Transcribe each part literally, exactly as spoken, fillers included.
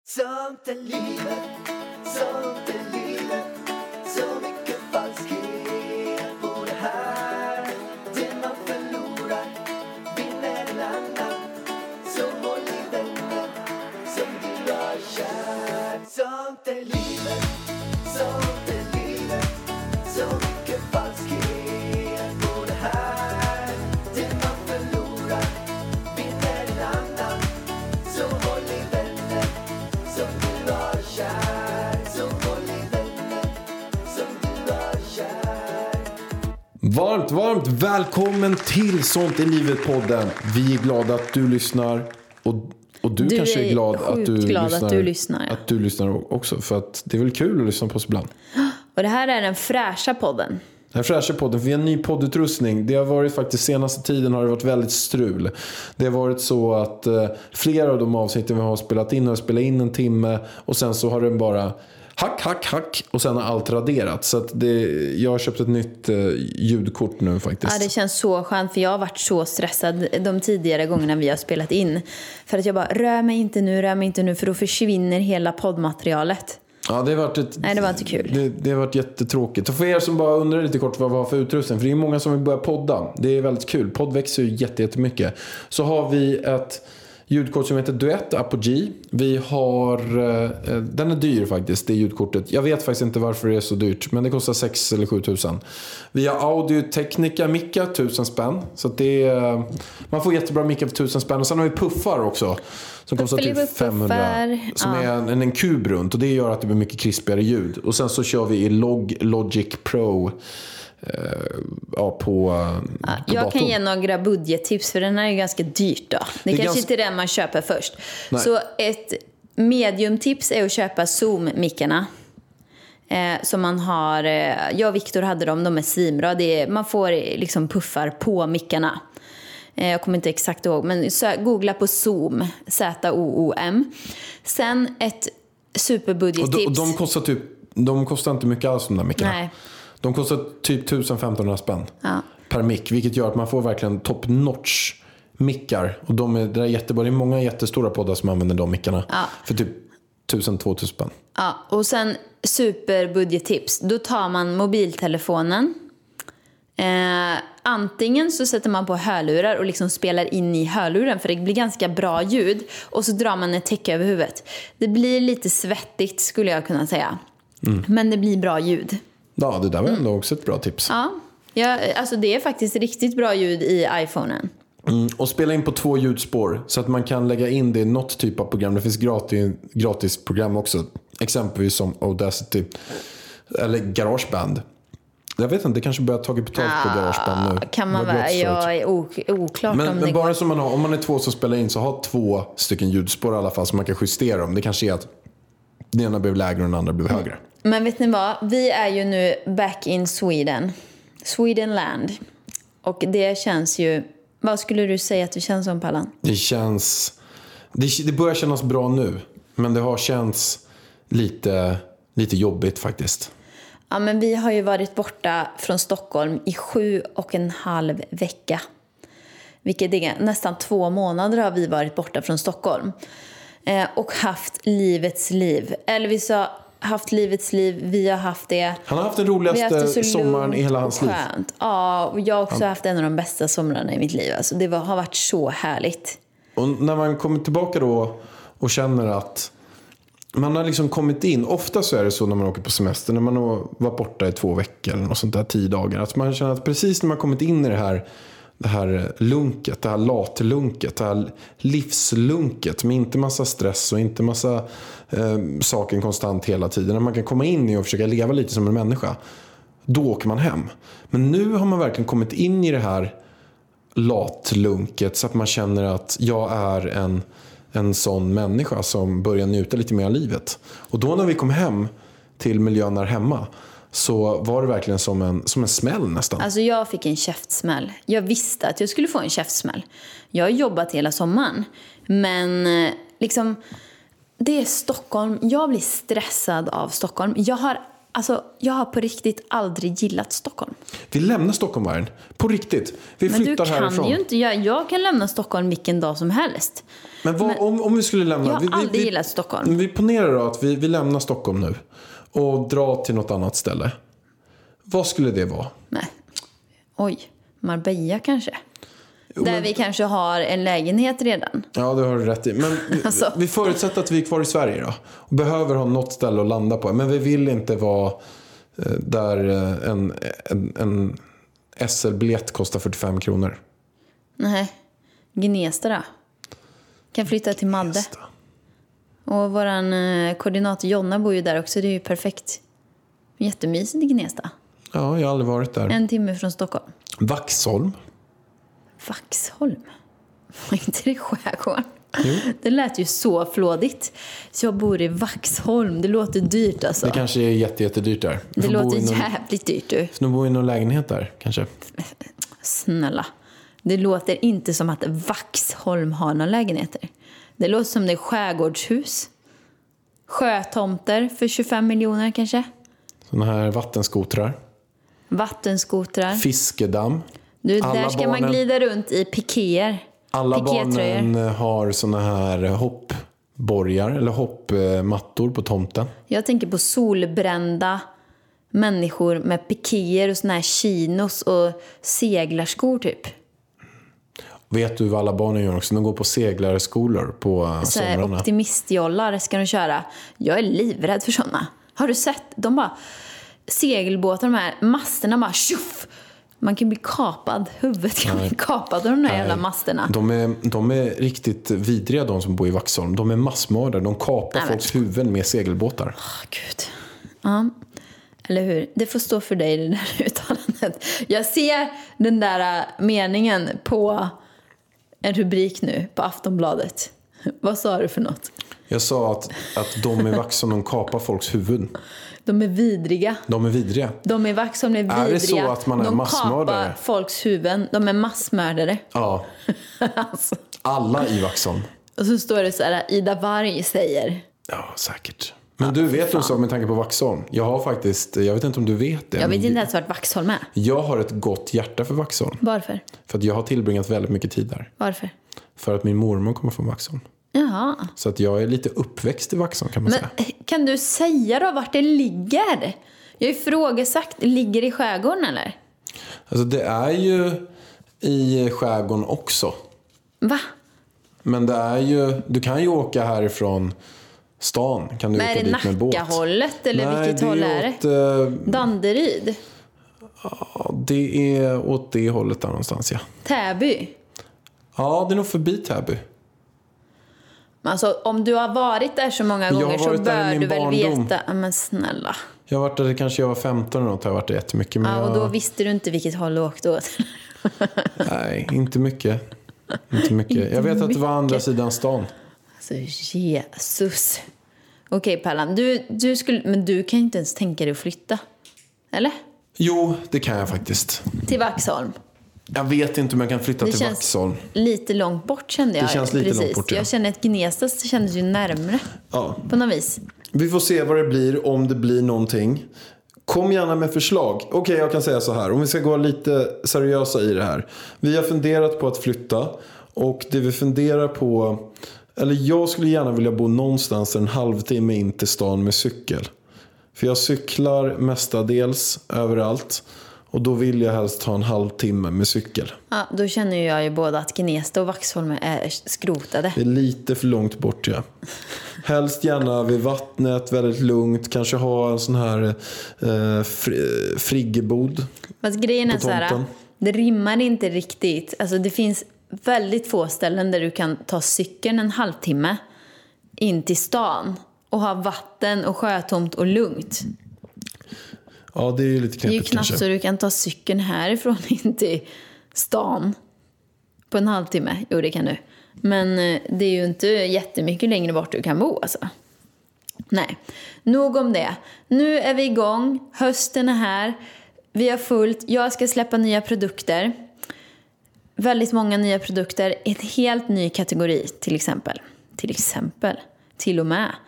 Sånt är livet, sånt är livet. Så mycket falskhet på det här. Det man förlorar vinner en annan. Så håll i vänner som du har kär. Sånt är livet, sånt är livet. Så mycket falskhet på det här. Det man förlorar vinner en annan. Så håll i vänner som du har kär. Så håll i vänner som du har kär. Varmt, varmt välkommen till Sånt i livet-podden. Vi är glada att du lyssnar. Och, och du, Du kanske är är glad, att du, sjukt glad lyssnar, att du lyssnar, ja. Att du lyssnar också. För att det är väl kul att lyssna på oss ibland. Och det här är den fräscha podden. Den fräscha podden, för vi har en ny poddutrustning. Det har varit faktiskt, senaste tiden har det varit väldigt strul. Det har varit så att eh, flera av de avsnitten vi har spelat in har spelat in en timme. Och sen så har den bara hack, hack, hack. Och sen har allt raderat. Så att det, jag har köpt ett nytt eh, ljudkort nu faktiskt. Ja, det känns så skönt, för jag har varit så stressad de tidigare gångerna vi har spelat in. För att jag bara, rör mig inte nu, rör mig inte nu. För då försvinner hela poddmaterialet. Ja, det har varit ett, Nej, det var inte kul. Det, det har varit jättetråkigt. Och för er som bara undrar lite kort vad vi har för utrustning. För det är många som vill börja podda. Det är väldigt kul. Podd växer ju jätte, jättemycket. Så har vi ett ljudkort som heter Duett Apogee. Vi har, eh, den är dyr faktiskt, det ljudkortet. Jag vet faktiskt inte varför det är så dyrt. Men det kostar sex eller sju tusen. Vi har Audio Technica micka, tusen spänn. Så att det är, man får jättebra micka för tusen spänn. Och sen har vi puffar också. Som kostar typ femhundra. Som ja. är en, en, en kub runt. Och det gör att det blir mycket krispigare ljud. Och sen så kör vi i Log, Logic Pro. Uh, ja, på, ja, på jag datorn. kan ge några budgettips, för den här är ganska dyrt då. Det, det kanske ganska... inte är den man köper först. Nej. Så ett mediumtips är att köpa Zoom-mickarna. Eh, som man har, eh, jag och Victor hade dem, de är svinbra. Det är, man får liksom puffar på mickarna. Eh, jag kommer inte exakt ihåg, men så, googla på Zoom, Z O O M. Sen ett superbudgettips. Och, de, och de kostar typ, de kostar inte mycket alls, de där mickarna. Nej. De kostar typ tusen femtonhundra spänn ja. per mick, vilket gör att man får verkligen top notch mickar. Och de är, det är jättebra. Det är många jättestora poddar som använder de mickarna ja. för typ tusen tvåtusen spänn. Ja, och sen superbudgettips. Då tar man mobiltelefonen. Eh, antingen så sätter man på hörlurar och liksom spelar in i hörluren, för det blir ganska bra ljud. Och så drar man ett täcke över huvudet. Det blir lite svettigt, skulle jag kunna säga. Mm. Men det blir bra ljud. Ja, det där var ändå också ett bra tips. Ja, ja, alltså det är faktiskt riktigt bra ljud i iPhonen. Mm, och spela in på två ljudspår så att man kan lägga in det i något typ av program. Det finns gratis, gratis program också. Exempelvis som Audacity eller GarageBand. Jag vet inte, det kanske börjar ta betalt ah, på GarageBand nu. Kan man vara, jag är ok, oklart men, om men det bara går. som man har, om man är två som spelar in, så ha två stycken ljudspår i alla fall, så man kan justera dem. Det kanske är att den ena blir lägre och den andra blir högre. Men vet ni vad? Vi är ju nu back in Sweden. Swedenland. Och det känns ju... Vad skulle du säga att det känns som, Pallan? Det känns... Det, det börjar kännas bra nu. Men det har känts lite, lite jobbigt faktiskt. Ja, men vi har ju varit borta från Stockholm i sju och en halv vecka. Vilket är nästan två månader har vi varit borta från Stockholm. Eh, och haft livets liv. Eller vi sa... haft livets liv, vi har haft det. Han har haft den roligaste sommaren i hela hans liv. Skönt. Ja, och jag har också Han... haft en av de bästa somrarna i mitt liv. Alltså, det var, har varit så härligt. Och när man kommer tillbaka då och känner att man har liksom kommit in, ofta så är det så när man åker på semester, när man har varit borta i två veckor eller något sånt där, tio dagar, att man känner att precis när man kommit in i det här det här lunket, det här latlunket, det här livslunket med inte massa stress och inte massa eh, saker konstant hela tiden. När man kan komma in i och försöka leva lite som en människa, då åker man hem. Men nu har man verkligen kommit in i det här latlunket så att man känner att jag är en, en sån människa som börjar njuta lite mer av livet. Och då när vi kom hem till miljön där hemma, så var det verkligen som en, som en smäll nästan. Alltså jag fick en käftsmäll. Jag visste att jag skulle få en käftsmäll. Jag har jobbat hela sommaren. Men liksom, det är Stockholm. Jag blir stressad av Stockholm. Jag har alltså, jag har på riktigt aldrig gillat Stockholm. Vi lämnar Stockholm, Vargen. På riktigt. Vi Men flyttar du kan härifrån. ju inte, jag, jag kan lämna Stockholm vilken dag som helst. Men, vad, Men om, om vi skulle lämna... jag har vi, vi, aldrig vi, gillat Stockholm. Vi ponerar då att vi, vi lämnar Stockholm nu. Och drar till något annat ställe. Vad skulle det vara? Nej. Oj, Marbella kanske. Jo, Där men- vi kanske har en lägenhet redan. Ja, det har du rätt i. Men vi, Alltså. vi förutsätter att vi är kvar i Sverige då. Och behöver ha något ställe att landa på. Men vi vill inte vara eh, där eh, en, en, en S L-biljett kostar fyrtiofem kronor. Nej, Gnesta då. Kan flytta till Madde. Gnesta. Och våran eh, koordinator Jonna bor ju där också. Det är ju perfekt. Jättemysigt i Gnesta. Ja, jag har aldrig varit där. En timme från Stockholm. Vaxholm. Vaxholm. Var inte det skärgården? Jo. Det lät ju så flådigt. Så jag bor i Vaxholm. Det låter dyrt alltså. Det kanske är jätte, jättedyrt där. Vi Det får bo låter i någon, jävligt dyrt du. får nog bo i någon lägenhet där, kanske. Snälla. Det låter inte som att Vaxholm har några lägenheter. Det låter som det är skärgårdshus. Sjötomter för tjugofem miljoner kanske. Såna här vattenskotrar. Vattenskotrar. Fiskedamm. Du, Alla där ska man barnen- glida runt i pikéer. Alla Pikétröjor. barnen har såna här hoppborgar eller hoppmattor på tomten. Jag tänker på solbrända människor med pikéer och såna här chinos och seglarskor typ. Vet du vad alla barnen gör också? De går på seglarskolor på eh, Så här somrarna. optimistjollar ska de köra. Jag är livrädd för såna. Har du sett? De bara segelbåtar, de här masterna bara tjoff. Man kan bli kapad. Huvudet kan Nej. bli kapad av de där jävla Nej, masterna. De är, de är riktigt vidriga, de som bor i Vaxholm. De är massmördare. De kapar Nej, men- folks huvuden med segelbåtar. Åh, Gud. Ja, eller hur? Det får stå för dig, det där uttalandet. Jag ser den där äh, meningen på en rubrik nu på Aftonbladet. Vad sa du för något? Jag sa att, att de i Vaxholm, de kapar folks huvuden. De är vidriga. De är vidriga. De i Vaxholm är vidriga. Är det så att man är de massmördare? kapar folks huvuden. De är massmördare. Ja, Alltså. alla i Vaxholm. Och så står det så här, Ida Warg säger. Ja, säkert. Men du vet du så med tanke på Vaxholm. Jag har faktiskt, jag vet inte om du vet det. Jag vet men inte ens vart Vaxholm är. Jag har ett gott hjärta för Vaxholm. Varför? För att jag har tillbringat väldigt mycket tid där. Varför? För att min mormor kommer från Vaxholm. Jaha. Så att jag är lite uppväxt i Vaxholm, kan man Men säga. kan du säga då vart det ligger? Jag har ju frågesagt, ligger i skärgården eller? Alltså det är ju i skärgården också. Va? Men det är ju, du kan ju åka härifrån stan. Kan du Men är åka det dit med båt. Nacka-hållet eller Nej, vilket håll är det? åt, eh, Danderyd? ja, det är åt det hållet där någonstans, ja. Täby? Ja, det är nog förbi Täby. Alltså om du har varit där så många Jag har gånger så varit där i bör min du väl barndom. veta. Ja, men snälla. Jag har varit där, kanske jag var femton eller något, har jag varit där jättemycket. Men Ja, och då jag, visste du inte vilket håll du åkte åt. nej, inte mycket. Inte mycket. Inte jag vet att det var andra mycket. sidan stan. Alltså Jesus. Okej Pallan, du, du skulle, men du kan ju inte ens tänka dig att flytta. Eller? Jo, det kan jag faktiskt. Till Vaxholm. Jag vet inte om jag kan flytta Det till känns Vaxholm. lite långt bort kände jag. Det känns lite precis. långt bort, ja. Jag känner att Gnesta kändes ju närmre Ja. på något vis. Vi får se vad det blir, om det blir någonting. Kom gärna med förslag. Okej, jag kan säga så här. Om vi ska gå lite seriösa i det här. Vi har funderat på att flytta. Och det vi funderar på... Eller jag skulle gärna vilja bo någonstans en halvtimme in till stan med cykel. För jag cyklar mestadels överallt. Och då vill jag helst ha en halvtimme med cykel. Ja, då känner ju jag ju både att Gnesta och Vaxholm är skrotade. Det är lite för långt bort, ja. Helst gärna vid vattnet, väldigt lugnt. Kanske ha en sån här eh, fri, friggebod. Fast grejen är på så här, tomten. det rimmar inte riktigt. Alltså det finns väldigt få ställen där du kan ta cykeln en halvtimme in till stan och ha vatten och sjötomt och lugnt. Ja, det är ju lite Det är ju knepigt knappt kanske. så du kan ta cykeln härifrån in till stan på en halvtimme. Jo, det kan du. Men eh, det är ju inte jättemycket längre bort du kan bo alltså. Nej, nog om det. Nu är vi igång. Hösten är här. Vi har fullt. Jag ska släppa nya produkter. Väldigt många nya produkter. En helt ny kategori till exempel. Till exempel. Till och med.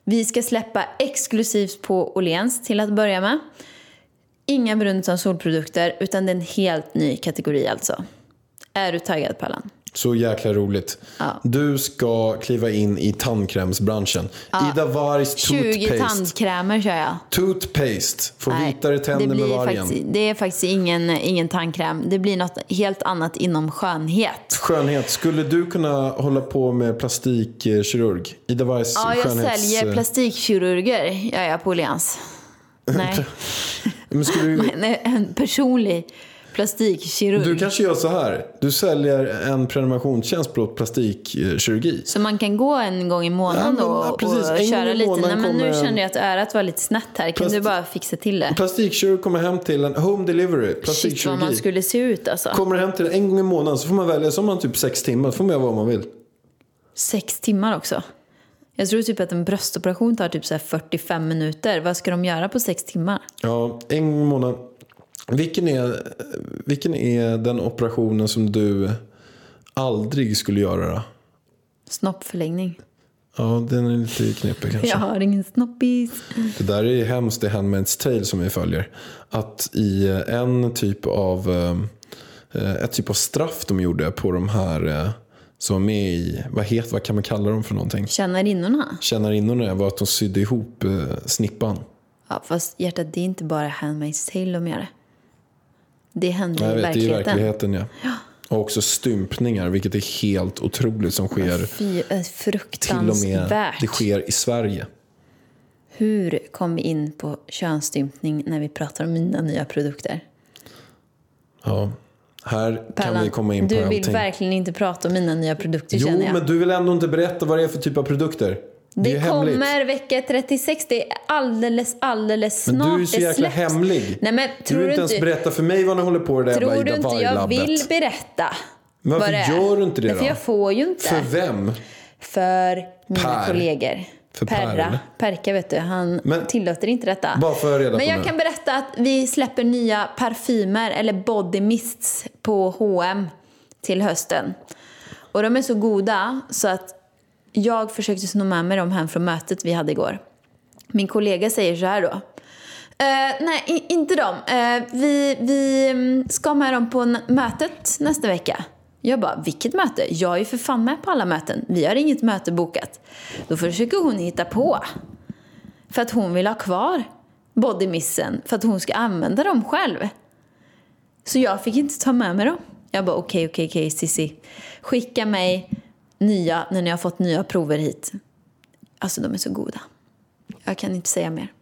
Vi ska släppa exklusivt på Åhléns till att börja med. Inga brun utan solprodukter, utan det är en helt ny kategori alltså. Är du taggad, Pallan? Så jäkla roligt. Ja. Du ska kliva in i tandkrämsbranschen. Ja. Ida Wargs toothpaste. tjugo tandkrämer kör jag. Toothpaste. Få Nej, vitare tänder det blir med vargen. Faktiskt, det är faktiskt ingen, ingen tandkräm. Det blir något helt annat inom skönhet. Skönhet. Skulle du kunna hålla på med plastikkirurg? Ida Wargs Ja, jag skönhets... säljer plastikkirurger. Jag är på Åhléns. Nej. Men skulle du... Nej, en personlig plastikkirurg. Du kanske gör så här. Du säljer en prenumerationstjänst på plastikkirurgi. Så man kan gå en gång i månaden Ja, då men, och, precis. och En köra gång i lite. månaden Nej, men nu kommer- kände jag att örat var lite snett här. Kan Plasti- du bara fixa till det? Plastikkirurg kommer hem till en home delivery. Shit vad Plastikkirurgi. man skulle se ut alltså. Kommer hem till en gång i månaden så får man välja. Så har man typ sex timmar. Så får man göra vad man vill. Sex timmar också. Jag tror typ att en bröstoperation tar typ så här fyrtiofem minuter. Vad ska de göra på sex timmar? Ja, en gång i månaden. Vilken är, vilken är den operationen som du aldrig skulle göra då? Snoppförlängning. Ja, den är lite knepig kanske. Jag har ingen snoppis. Det där är hemskt i Handmaid's Tale som vi följer. Att i en typ av eh, ett typ av straff de gjorde på de här eh, som var med i, vad heter, vad kan man kalla dem för någonting? Tjänarinnorna. Tjänarinnorna var att de sydde ihop eh, snippan. Ja, fast hjärtat, det är inte bara Handmaid's Tale de gör det. Det händer Jag i vet, verkligheten. det är i verkligheten, ja. ja. Och också stympningar, vilket är helt otroligt som sker. Fy, Till och fruktansvärt. med det sker i Sverige. Hur kom vi in på könsstympning när vi pratar om mina nya produkter? Ja, här kan Pallan, vi komma in på du vill allting. verkligen inte prata om mina nya produkter, Jo, känner jag. men du vill ändå inte berätta vad det är för typ av produkter. Det, Det är hemligt. kommer vecka trettiosex. Det är alldeles, alldeles snart. Men du är så Det jäkla släpps. hemlig. Nej, men Du tror vill du inte ens inte, berätta för mig vad ni håller på i det jävla tror du Ida inte jag Warg-labbet. vill berätta? Men varför vad det är? gör du inte det Nej, då? för jag får ju inte. För vem? För mina Per. kollegor. För Per, Perra. eller? Perka, vet du. Han Men- tillåter inte detta. Bara för reda på Men jag nu. kan berätta att vi släpper nya parfymer eller body mists på H och M till hösten. Och de är så goda så att jag försökte sno med mig dem hem från mötet vi hade igår. Min kollega säger så här då. Eh, nej, i- inte dem. Eh, vi, vi mm, ska med dem på n- mötet nästa vecka. Jag bara, vilket möte? Jag är ju för fan med på alla möten. Vi har inget möte bokat. Då försöker hon hitta på. För att hon vill ha kvar bodymissen. För att hon ska använda dem själv. Så jag fick inte ta med mig dem. Jag bara, okej, okej, okej, Cissi. Skicka mig nya när ni har fått nya prover hit. Alltså, de är så goda. Jag kan inte säga mer.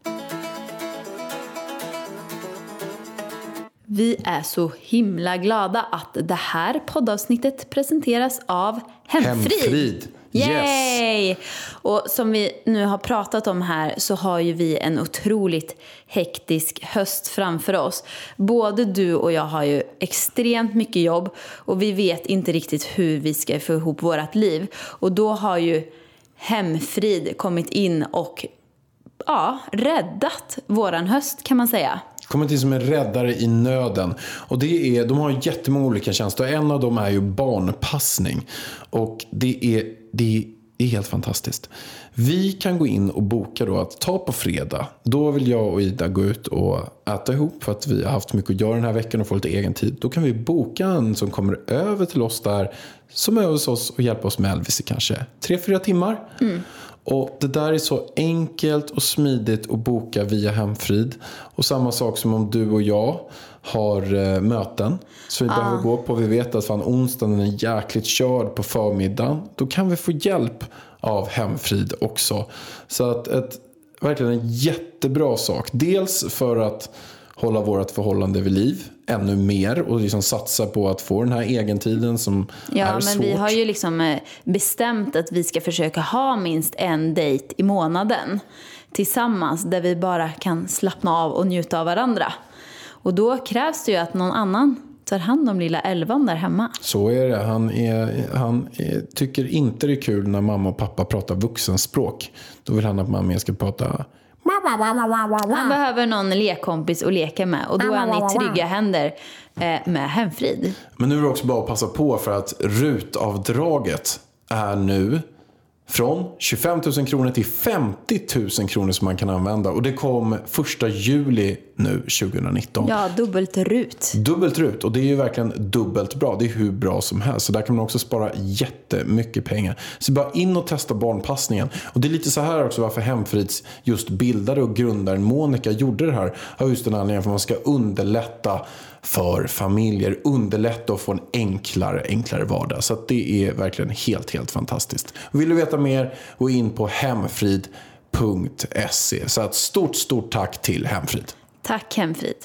Vi är så himla glada att det här poddavsnittet presenteras av Hemfrid. Hemfrid. Yes. Yay! Och som vi nu har pratat om här så har ju vi en otroligt hektisk höst framför oss. Både du och jag har ju extremt mycket jobb och vi vet inte riktigt hur vi ska få ihop vårat liv. Och då har ju Hemfrid kommit in och ja, räddat våran höst kan man säga. Kommer till som en räddare i nöden. Och det är, de har jättemånga olika tjänster. En av dem är ju barnpassning. Och det är, det är helt fantastiskt. Vi kan gå in och boka då att ta på fredag. Då vill jag och Ida gå ut och äta ihop för att vi har haft mycket att göra den här veckan och få lite egen tid. Då kan vi boka en som kommer över till oss där. Som är hos oss och hjälper oss med Elvis i kanske tre, fyra timmar. Mm. Och det där är så enkelt och smidigt att boka via Hemfrid. Och samma sak som om du och jag har eh, möten. Så vi ah. behöver gå på. Vi vet att fan onsdagen är jäkligt körd på förmiddagen. Då kan vi få hjälp av Hemfrid också. Så att ett, verkligen en jättebra sak. Dels för att hålla vårt förhållande vid liv ännu mer och liksom satsa på att få den här egentiden som ja, är men svårt. Vi har ju liksom bestämt att vi ska försöka ha minst en dejt i månaden tillsammans där vi bara kan slappna av och njuta av varandra. Och då krävs det ju att någon annan tar hand om lilla Elvan där hemma. Så är det. Han, är, han är, tycker inte det är kul när mamma och pappa pratar vuxenspråk. Då vill han att mamma ska prata... Han behöver någon lekkompis att leka med. Och då är han i trygga händer eh, med Hemfrid. Men nu är det också bara att passa på för att rutavdraget är nu från tjugofem tusen kronor till femtio tusen kronor som man kan använda. Och det kom första juli nu tjugonitton. Ja, dubbelt rut. Dubbelt rut. Och det är ju verkligen dubbelt bra. Det är hur bra som helst. Så där kan man också spara jättemycket pengar. Så bara in och testa barnpassningen. Och det är lite så här också varför Hemfrids just bildare och grundaren Monica gjorde det här. Har just den anledningen för att man ska underlätta för familjer, underlätta och få en enklare, enklare vardag. Så att det är verkligen helt, helt fantastiskt. Vill du veta mer, gå in på hemfrid punkt se. Så ett stort, stort tack till Hemfrid. Tack Hemfrid.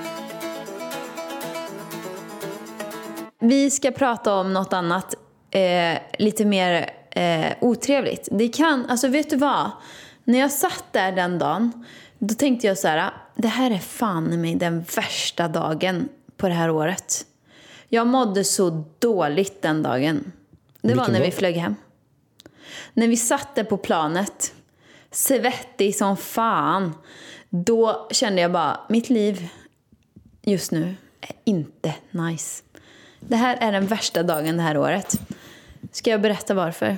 Vi ska prata om något annat, eh, lite mer eh, otrevligt. Det kan, alltså vet du vad? När jag satt där den dagen, då tänkte jag så här, det här är fan mig den värsta dagen på det här året. Jag mådde så dåligt den dagen. Det Vilken var när dag? vi flög hem. När vi satt där på planet, svettig som fan, då kände jag bara, mitt liv just nu är inte nice. Det här är den värsta dagen det här året. Ska jag berätta varför?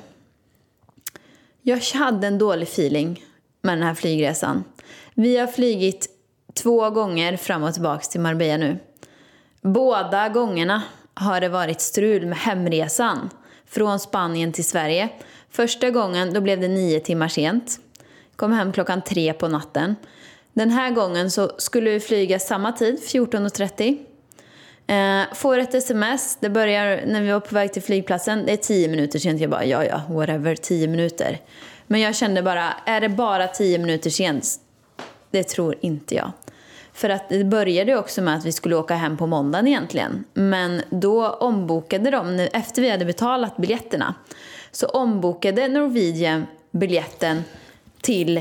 Jag hade en dålig feeling med den här flygresan. Vi har flygit två gånger fram och tillbaka till Marbella nu. Båda gångerna har det varit strul med hemresan från Spanien till Sverige. Första gången då blev det nio timmar sent. Kom hem klockan tre på natten. Den här gången så skulle vi flyga samma tid, fjorton trettio. Eh, får ett sms, det börjar när vi var på väg till flygplatsen. Det är tio minuter sent, jag bara ja ja, whatever, tio minuter. Men jag kände bara, är det bara tio minuter sent? Det tror inte jag. För att det började också med att vi skulle åka hem på måndagen egentligen. Men då ombokade de, efter vi hade betalat biljetterna, så ombokade Norwegian biljetten till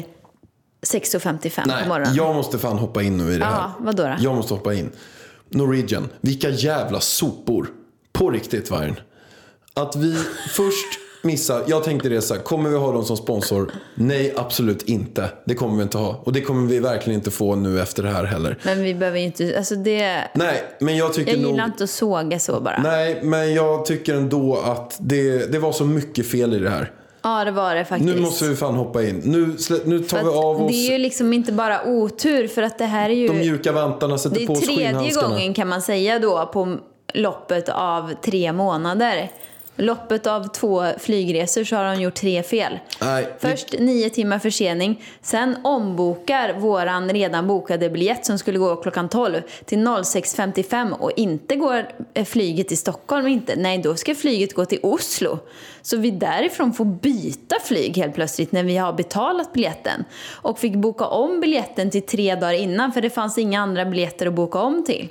sex femtiofem på morgonen. Nej, jag måste fan hoppa in nu i det här. Ja, vad då då? Jag måste hoppa in. Norwegian, vilka jävla sopor. På riktigt, Vargen. Att vi först missar, jag tänkte det så här, kommer vi ha dem som sponsor? Nej, absolut inte. Det kommer vi inte ha. Och det kommer vi verkligen inte få nu efter det här heller. Men vi behöver ju inte, alltså det... Nej, men jag tycker Jag gillar nog... inte att såga så bara. Nej, men jag tycker ändå att det, det var så mycket fel i det här. Ja, det var det faktiskt. Nu måste vi fan hoppa in. Nu, slä- nu tar vi av oss... Det är ju liksom inte bara otur, för att det här är ju... De mjuka vantarna, sätter det på är oss tredje skinnhandskarna. gången kan man säga då på loppet av tre månader. Loppet av två flygresor så har de gjort tre fel. Nej, Först det... nio timmar försening. Sen ombokar våran redan bokade biljett som skulle gå klockan tolv till sex femtiofem. Och inte går flyget till Stockholm inte. Nej, då ska flyget gå till Oslo. Så vi därifrån får byta flyg helt plötsligt när vi har betalat biljetten. Och fick boka om biljetten till tre dagar innan. För det fanns inga andra biljetter att boka om till.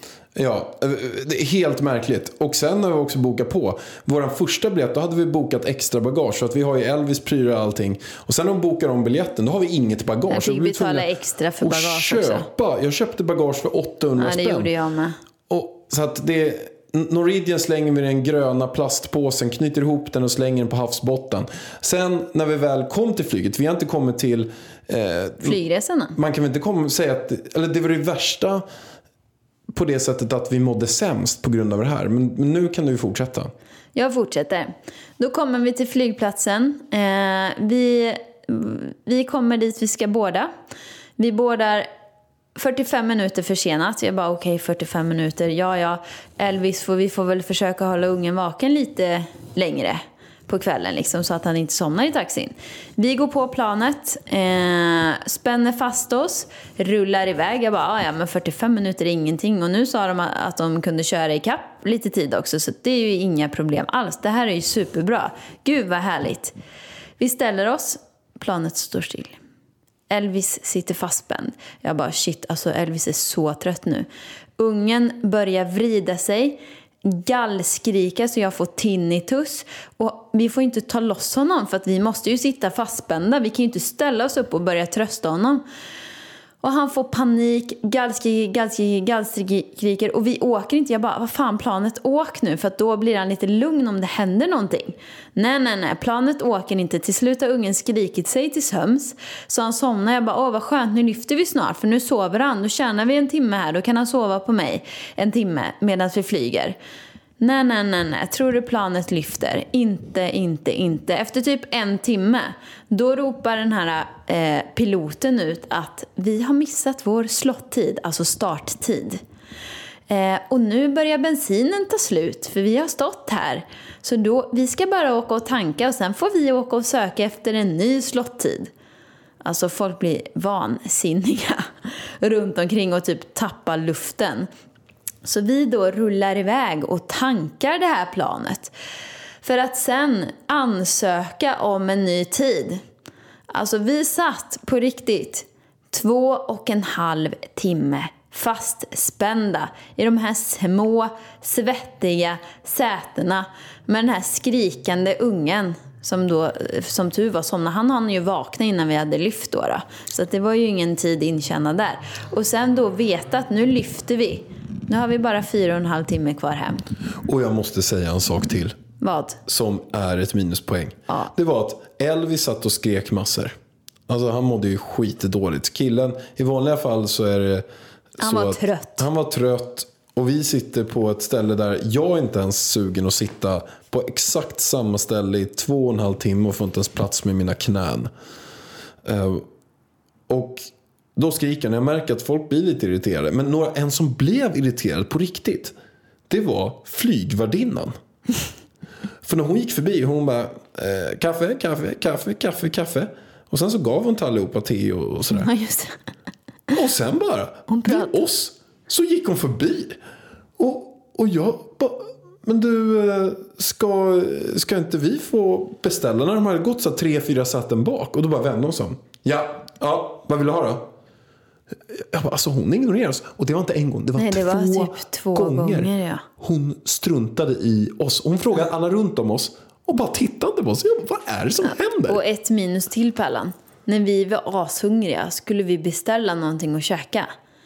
Ja, det är helt märkligt. Och sen när vi också bokat på vår första biljett, då hade vi bokat extra bagage. Så att vi har ju Elvis prylar och allting. Och sen när de bokar om biljetten, då har vi inget bagage. Jag fick betala extra för bagage köpa. också. Jag köpte bagage för åttahundra ja, det spänn. gjorde jag med. Och, så att det... Norwegian slänger vi den gröna plastpåsen, knyter ihop den och slänger den på havsbotten. Sen när vi väl kom till flyget, vi har inte kommit till... Eh, Flygresorna? Man kan väl inte komma och säga att... Eller det var det värsta... på det sättet att vi mådde sämst på grund av det här. Men, men nu kan du fortsätta. Jag fortsätter. Då kommer vi till flygplatsen. Eh, vi, vi kommer dit vi ska båda. Vi bådar fyrtiofem minuter försenat. Jag bara okej, okay, fyrtiofem minuter. Ja, ja. Elvis, får vi får väl försöka hålla ungen vaken lite längre på kvällen liksom, så att han inte somnar i taxin. Vi går på planet, eh, spänner fast oss, rullar iväg. Jag bara, ja men fyrtiofem minuter är ingenting. Och nu sa de att de kunde köra i kapp lite tid också, så det är ju inga problem alls. Det här är ju superbra. Gud vad härligt. Vi ställer oss, planet står still. Elvis sitter fastspänd. Jag bara shit, alltså Elvis är så trött nu. Ungen börjar vrida sig, gallskrika så jag får tinnitus. Och vi får inte ta loss honom för att vi måste ju sitta fastspända. Vi kan ju inte ställa oss upp och börja trösta honom. Och han får panik, gallskriker, gallskriker, gallskriker. Och vi åker inte. Jag bara, vad fan, planet åk nu. För att då blir han lite lugn om det händer någonting. Nej, nej, nej. Planet åker inte. Till slut har ungen skrikit sig till söms. Så han somnar. Jag bara, åh vad skönt, nu lyfter vi snart. För nu sover han. Då tjänar vi en timme här. Då kan han sova på mig en timme medan vi flyger. Nej, nej, nej, nej. Tror du planet lyfter? Inte, inte, inte. Efter typ en timme, då ropar den här eh, piloten ut att vi har missat vår slottid, alltså starttid. Eh, och nu börjar bensinen ta slut, för vi har stått här. Så då, vi ska bara åka och tanka och sen får vi åka och söka efter en ny slottid. Alltså folk blir vansinniga runt omkring och typ tappar luften. Så vi då rullar iväg och tankar det här planet. För att sen ansöka om en ny tid. Alltså vi satt på riktigt två och en halv timme fastspända i de här små, svettiga sätena med den här skrikande ungen. Som då, som tur var, somnade. Han hann ju vakna innan vi hade lyft då, då. Så att det var ju ingen tid intjänad där. Och sen då veta att nu lyfter vi. Nu har vi bara fyra och en halv timme kvar hem. Och jag måste säga en sak till. Vad? Som är ett minuspoäng. Ja. Det var att Elvis satt och skrek massor. Alltså han mådde ju skitdåligt. Killen, i vanliga fall så är det han så var att trött. Han var trött. Och vi sitter på ett ställe där jag inte ens sugen att sitta på exakt samma ställe i två och en halv timme och får inte ens plats med mina knän. Uh, och då skriker han. Jag märker att folk blir lite irriterade. Men några, en som blev irriterad på riktigt, det var flygvärdinnan. För när hon gick förbi, hon bara eh, kaffe, kaffe, kaffe, kaffe, kaffe. Och sen så gav hon till allihopa te och, och sådär. Ja, just det. Och sen bara, hon till oss, så gick hon förbi. Och, och jag bara, men du, ska, ska inte vi få beställa när de hade gått så tre, fyra sätten bak? Och då bara vände hon sig om. Ja, ja, vad vill du ha då? Jag bara, alltså hon ignorerade oss. Och det var inte en gång, det var, Nej, det var två, typ två gånger. gånger ja. Hon struntade i oss. Hon frågade alla runt om oss och bara tittade på oss. Jag bara, vad är det som ja. händer? Och ett minus till, Pallan. När vi var ashungriga skulle vi beställa någonting att käka.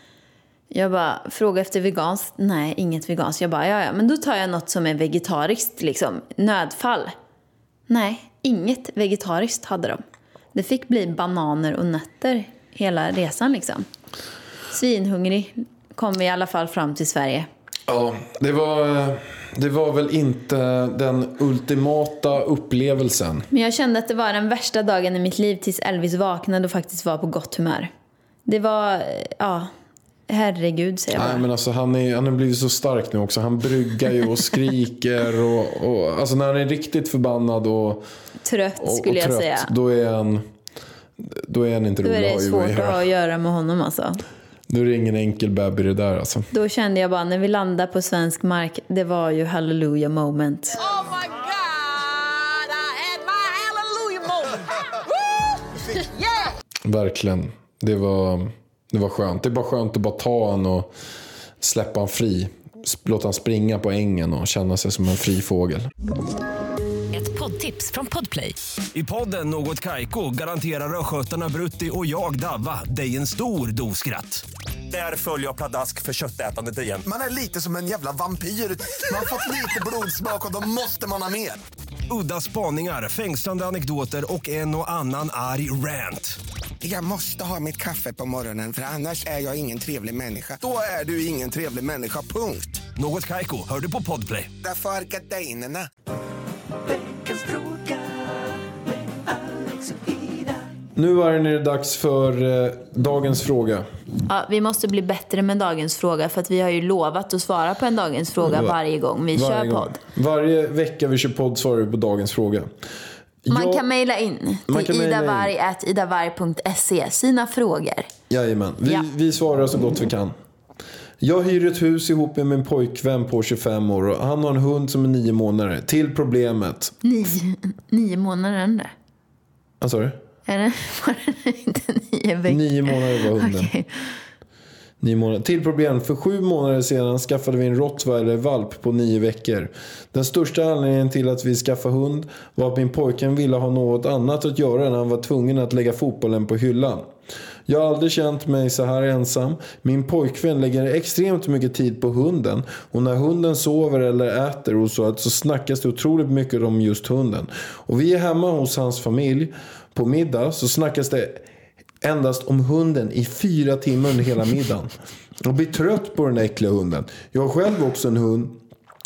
Jag bara, fråga efter veganskt. Nej, inget veganskt. Jag bara, ja, ja, men då tar jag något som är vegetariskt, liksom. Nödfall. Nej, inget vegetariskt hade de. Det fick bli bananer och nötter hela resan, liksom. Svinhungrig kom vi i alla fall fram till Sverige. Ja, det var, det var väl inte den ultimata upplevelsen. Men jag kände att det var den värsta dagen i mitt liv tills Elvis vaknade och faktiskt var på gott humör. Det var, ja... Herregud, säger jag bara. Nej, men alltså han är, han har blivit så stark nu också. Han bryggar ju och skriker och, och alltså när han är riktigt förbannad och trött och, skulle och jag trött, säga. Då är han då är han inte rolig. Då är det svårt att ha att göra med honom alltså. Då är det ingen enkel baby det där alltså. Då kände jag bara när vi landade på svensk mark, det var ju hallelujah moment. Oh my God, I had my hallelujah moment. Yeah. Verkligen. Det var Det var skönt. Det är bara skönt att bara ta han och släppa han fri. Låta han springa på ängen och känna sig som en fri fågel. Ett poddtips från Podplay. I podden Något Kaiko garanterar röskötarna Brutti och jag Davva dig en stor doskratt. Där följer jag pladask för köttätandet igen. Man är lite som en jävla vampyr. Man har fått lite blodsmak och då måste man ha mer. Udda spaningar, fängslande anekdoter och en och annan arg rant. Jag måste ha mitt kaffe på morgonen för annars är jag ingen trevlig människa. Då är du ingen trevlig människa, punkt. Något Kaiko, hör du på Podplay. Därför är gardinerna. Veckans fråga med Alex och Ida. Nu var det nu dags för eh, dagens fråga. Ja, vi måste bli bättre med dagens fråga för att vi har ju lovat att svara på en dagens fråga Var, varje gång vi varje kör gång. podd. Varje vecka vi kör podd svarar vi på dagens fråga. Man Jag, kan mejla in till idavarg at idavarg punkt se sina frågor. Jajamän, vi, Ja. vi svarar så gott vi kan. Jag hyr ett hus ihop med min pojkvän på tjugofem år och han har en hund som är nio månader. Till problemet. Nio, nio månader ändå. Vad sa du? Är det, var det inte nio veckor? Nio månader var hunden. Okay. Nio månader. Till problem. För sju månader sedan skaffade vi en rottweiler-valp på nio veckor. Den största anledningen till att vi skaffade hund var att min pojken ville ha något annat att göra när han var tvungen att lägga fotbollen på hyllan. Jag har aldrig känt mig så här ensam. Min pojkvän lägger extremt mycket tid på hunden. Och när hunden sover eller äter och så, så snackas det otroligt mycket om just hunden. Och vi är hemma hos hans familj. På middag så snackas det endast om hunden i fyra timmar under hela middagen. Jag blir trött på den äckliga hunden. Jag har själv också en hund.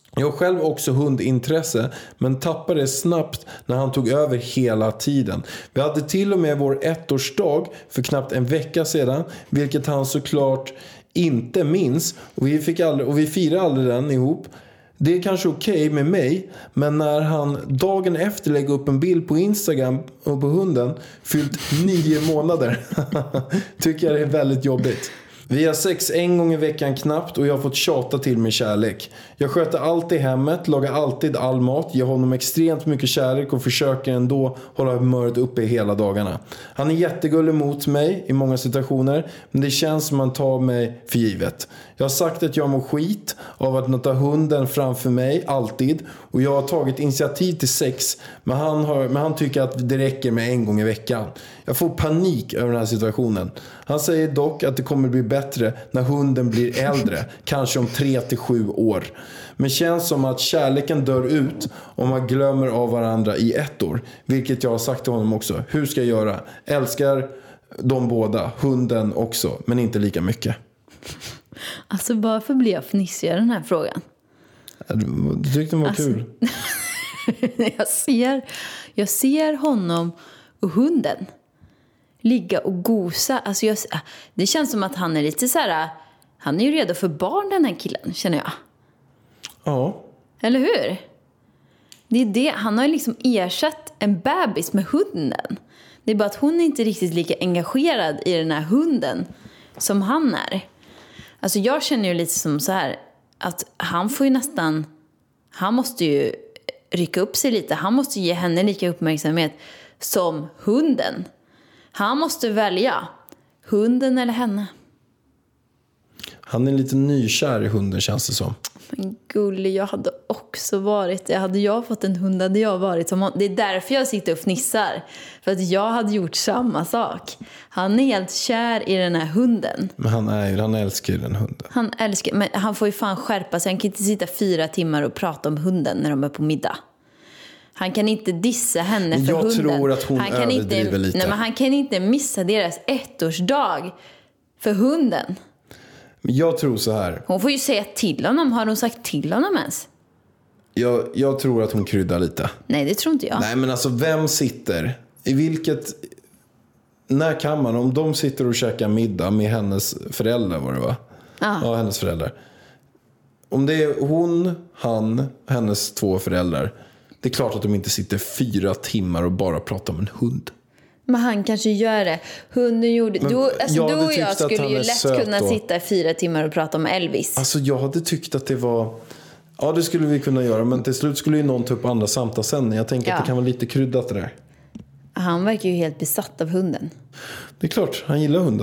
Jag har själv också hundintresse, men tappade det snabbt när han tog över hela tiden. Vi hade till och med vår ettårsdag för knappt en vecka sedan, vilket han såklart inte minns. Och vi, fick aldrig, och vi firade aldrig den ihop. Det är kanske okej okay med mig, men när han dagen efter lägger upp en bild på Instagram och på hunden fyllt nio månader tycker jag det är väldigt jobbigt. Vi har sex en gång i veckan knappt och jag har fått tjata till min kärlek. Jag sköter allt i hemmet, lagar alltid all mat, ger honom extremt mycket kärlek och försöker ändå hålla humöret uppe hela dagarna. Han är jättegullig mot mig i många situationer, men det känns som man tar mig för givet. Jag har sagt att jag mår skit av att ta hunden framför mig, alltid. Och jag har tagit initiativ till sex, men han, har, men han tycker att det räcker med en gång i veckan. Jag får panik över den här situationen. Han säger dock att det kommer bli bättre när hunden blir äldre, kanske om tre till sju år. Men känns som att kärleken dör ut om man glömmer av varandra i ett år. Vilket jag har sagt till honom också. Hur ska jag göra? Älskar de båda, hunden också, men inte lika mycket. Alltså varför blir jag fnissig i den här frågan? Du tyckte den var alltså, kul. jag, ser, jag ser honom och hunden ligga och gosa. Alltså jag, det känns som att han är lite så här. Han är ju redo för barn, den här killen, känner jag. Ja. Eller hur? Det är det. Han har ju liksom ersatt en bebis med hunden. Det är bara att hon är inte riktigt lika engagerad i den här hunden som han är. Alltså jag känner ju lite som så här att han får ju nästan, han måste ju rycka upp sig lite. Han måste ge henne lika uppmärksamhet som hunden. Han måste välja hunden eller henne. Han är lite nykär i hunden, känns det som. Men gullig, jag hade också varit det. Hade jag fått en hund hade jag varit som hon. Det är därför jag sitter och fnissar. För att jag hade gjort samma sak. Han är helt kär i den här hunden. Men han, är, han älskar ju den hunden. Han älskar, men han får ju fan skärpa sig. Han kan inte sitta fyra timmar och prata om hunden när de är på middag. Han kan inte dissa henne för jag hunden. Jag tror att hon han kan överdriver inte, lite. Nej, men han kan inte missa deras ettårsdag för hunden. Men jag tror så här. Hon får ju säga till honom. Har hon sagt till honom ens? Jag, jag tror att hon kryddar lite. Nej, det tror inte jag. Nej, men alltså vem sitter? I vilket... När kan man? Om de sitter och käkar middag med hennes föräldrar, var det va? Ah. Ja, hennes föräldrar. Om det är hon, han, hennes två föräldrar. Det är klart att de inte sitter fyra timmar och bara pratar om en hund. Men han kanske gör det. Hunden gjorde... Men, du, alltså, du och jag skulle ju lätt kunna och... sitta i fyra timmar och prata om Elvis. Alltså jag hade tyckt att det var... Ja, det skulle vi kunna göra. Men till slut skulle ju någon ta upp andra samtalsämnen. Jag tänker ja. att det kan vara lite kryddat det där. Han verkar ju helt besatt av hunden. Det är klart, han gillar hunden.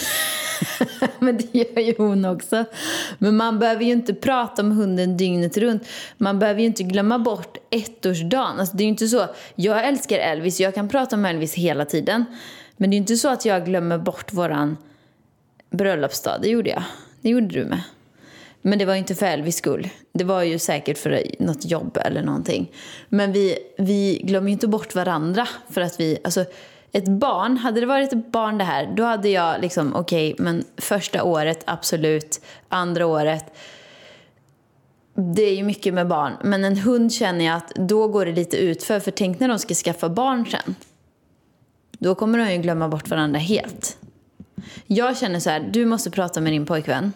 Men det gör ju hon också. Men man behöver ju inte prata om hunden dygnet runt. Man behöver ju inte glömma bort ettårsdagen. Alltså det är ju inte så. Jag älskar Elvis. Jag kan prata om Elvis hela tiden. Men det är ju inte så att jag glömmer bort våran bröllopsdag. Det gjorde jag. Det gjorde du med. Men det var ju inte för Elvis skull. Det var ju säkert för något jobb eller någonting. Men vi, vi glömmer ju inte bort varandra. För att vi... Alltså, ett barn, hade det varit ett barn det här, då hade jag liksom, okej, okay, men första året, absolut. Andra året, det är ju mycket med barn. Men en hund känner jag att då går det lite utför. För tänk när de ska skaffa barn sen. Då kommer de ju glömma bort varandra helt. Jag känner så här, du måste prata med din pojkvän.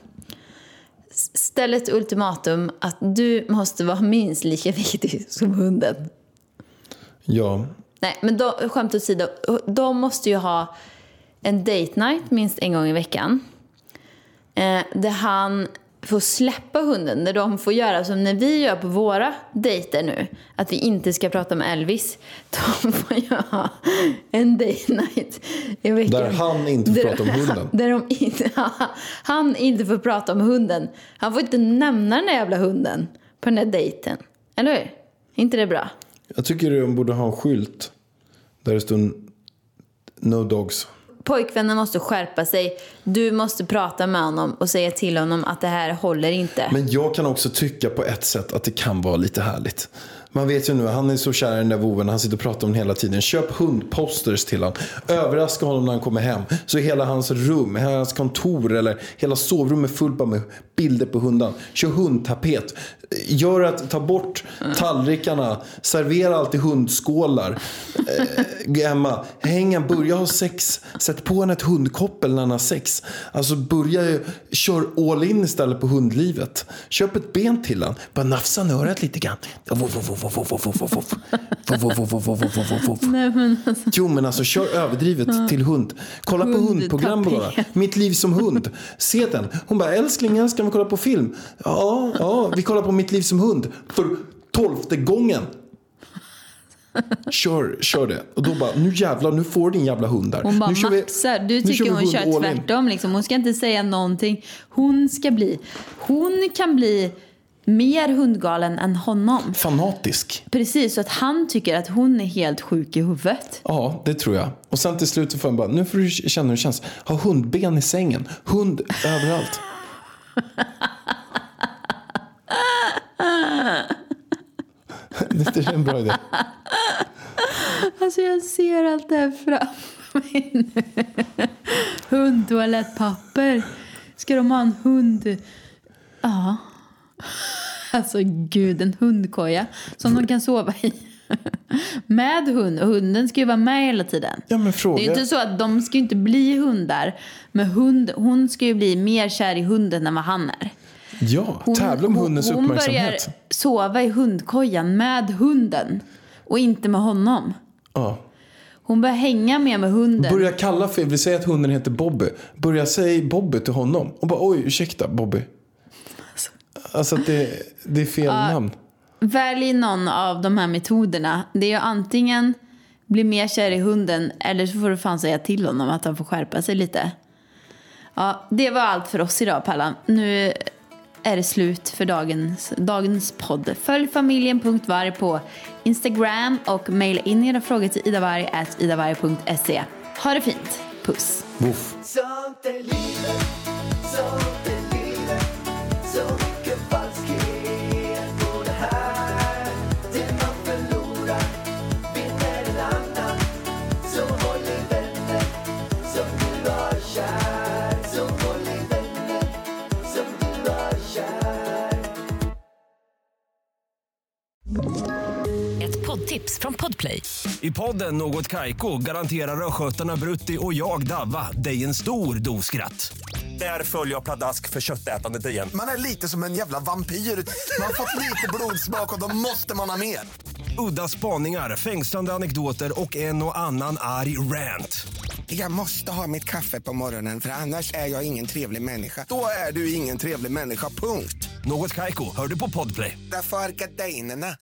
Ställ ett ultimatum att du måste vara minst lika viktig som hunden. Ja. Nej, men då, skämt åsido, de måste ju ha en date night minst en gång i veckan. Eh, där han får släppa hunden. Där de får göra som när vi gör på våra dejter nu. Att vi inte ska prata med Elvis. De får ju ha en date night i veckan. Där han inte får där, prata om hunden. Där de inte, han inte får prata om hunden. Han får inte nämna den där jävla hunden på den där dejten. Eller hur? Inte det bra? Jag tycker de borde ha en skylt där det står no dogs. Pojkvännen måste skärpa sig. Du måste prata med honom och säga till honom att det här håller inte. Men jag kan också tycka på ett sätt att det kan vara lite härligt. Man vet ju nu, han är så kär i den där voven. Han sitter och pratar om den hela tiden. Köp hundposters till han. Överraska honom när han kommer hem. Så hela hans rum, hela hans kontor eller hela sovrum är fullt med bilder på hundan. Kör hundtapet. Gör att ta bort tallrikarna. Servera alltid hundskålar. eh, Emma, häng en, börja ha sex. Sätt på en ett hundkoppel när han har sex. Alltså börja ju, kör all in istället på hundlivet. Köp ett ben till han. Bara nafsa nöret lite grann. Jo men alltså kör överdrivet till hund. Kolla på hundprogram bara. Mitt liv som hund. Se den. Hon bara, älskling, älskling, vi kollar på film. Ja, ja, vi kollar på Mitt liv som hund för tolfte gången. Kör, kör det. Och då bara, nu jävlar, nu får din jävla hund där. Hon bara nu maxar. Du tycker hon kör tvärtom liksom. Hon ska inte säga någonting. Hon ska bli, hon kan bli mer hundgalen än honom. Fanatisk. Precis, så att han tycker att hon är helt sjuk i huvudet. Ja, det tror jag. Och sen till slut får han bara, nu får du känna hur det känns. Ha hundben i sängen. Hund överallt. Det är en bra idé. Alltså jag ser allt det här framför mig nu. Hundtoalettpapper. Ska de ha en hund? Ja. Alltså gud, en hundkoja som de kan sova i. Med hund. Och hunden ska ju vara med hela tiden. Ja, men fråga. Det är ju inte så att de ska inte bli hundar. Men hund, hon ska ju bli mer kär i hunden än vad han är. Ja, tävla om hundens hon, hon uppmärksamhet. Hon börjar sova i hundkojan med hunden. Och inte med honom. Ja. Hon börjar hänga med med hunden. Börja kalla för, vi säger att hunden heter Bobby. Börja säga Bobby till honom. Och bara, oj, ursäkta Bobby. Alltså att det, det är fel ja, namn. Välj någon av de här metoderna. Det är ju antingen bli mer kär i hunden. Eller så får du fan säga till honom att han får skärpa sig lite. Ja, det var allt för oss idag, Pallan. Nu är det slut för dagens, dagens podd. Följ familjen punkt varg på Instagram och mejla in era frågor till idavarg at idavarg punkt se. Ha det fint. Puss. Buff. Sånt är livet, sånt är livet. Så mycket falskhet på det här. Det man förlorar vinner en annan. Så håll i vänner som du har kär. Så håll i vänner som du har kär. Ett poddtips från Podplay. I podden Något Kaiko garanterar röskötarna Brutti och jag Davva dig en stor doskratt. Där följer jag pladask för köttätandet igen. Man är lite som en jävla vampyr. Man har fått lite blodsmak och då måste man ha mer. Udda spaningar, fängslande anekdoter och en och annan arg rant. Jag måste ha mitt kaffe på morgonen för annars är jag ingen trevlig människa. Då är du ingen trevlig människa, punkt. Något Kaiko, hör du på Podplay. Därför är gardinerna.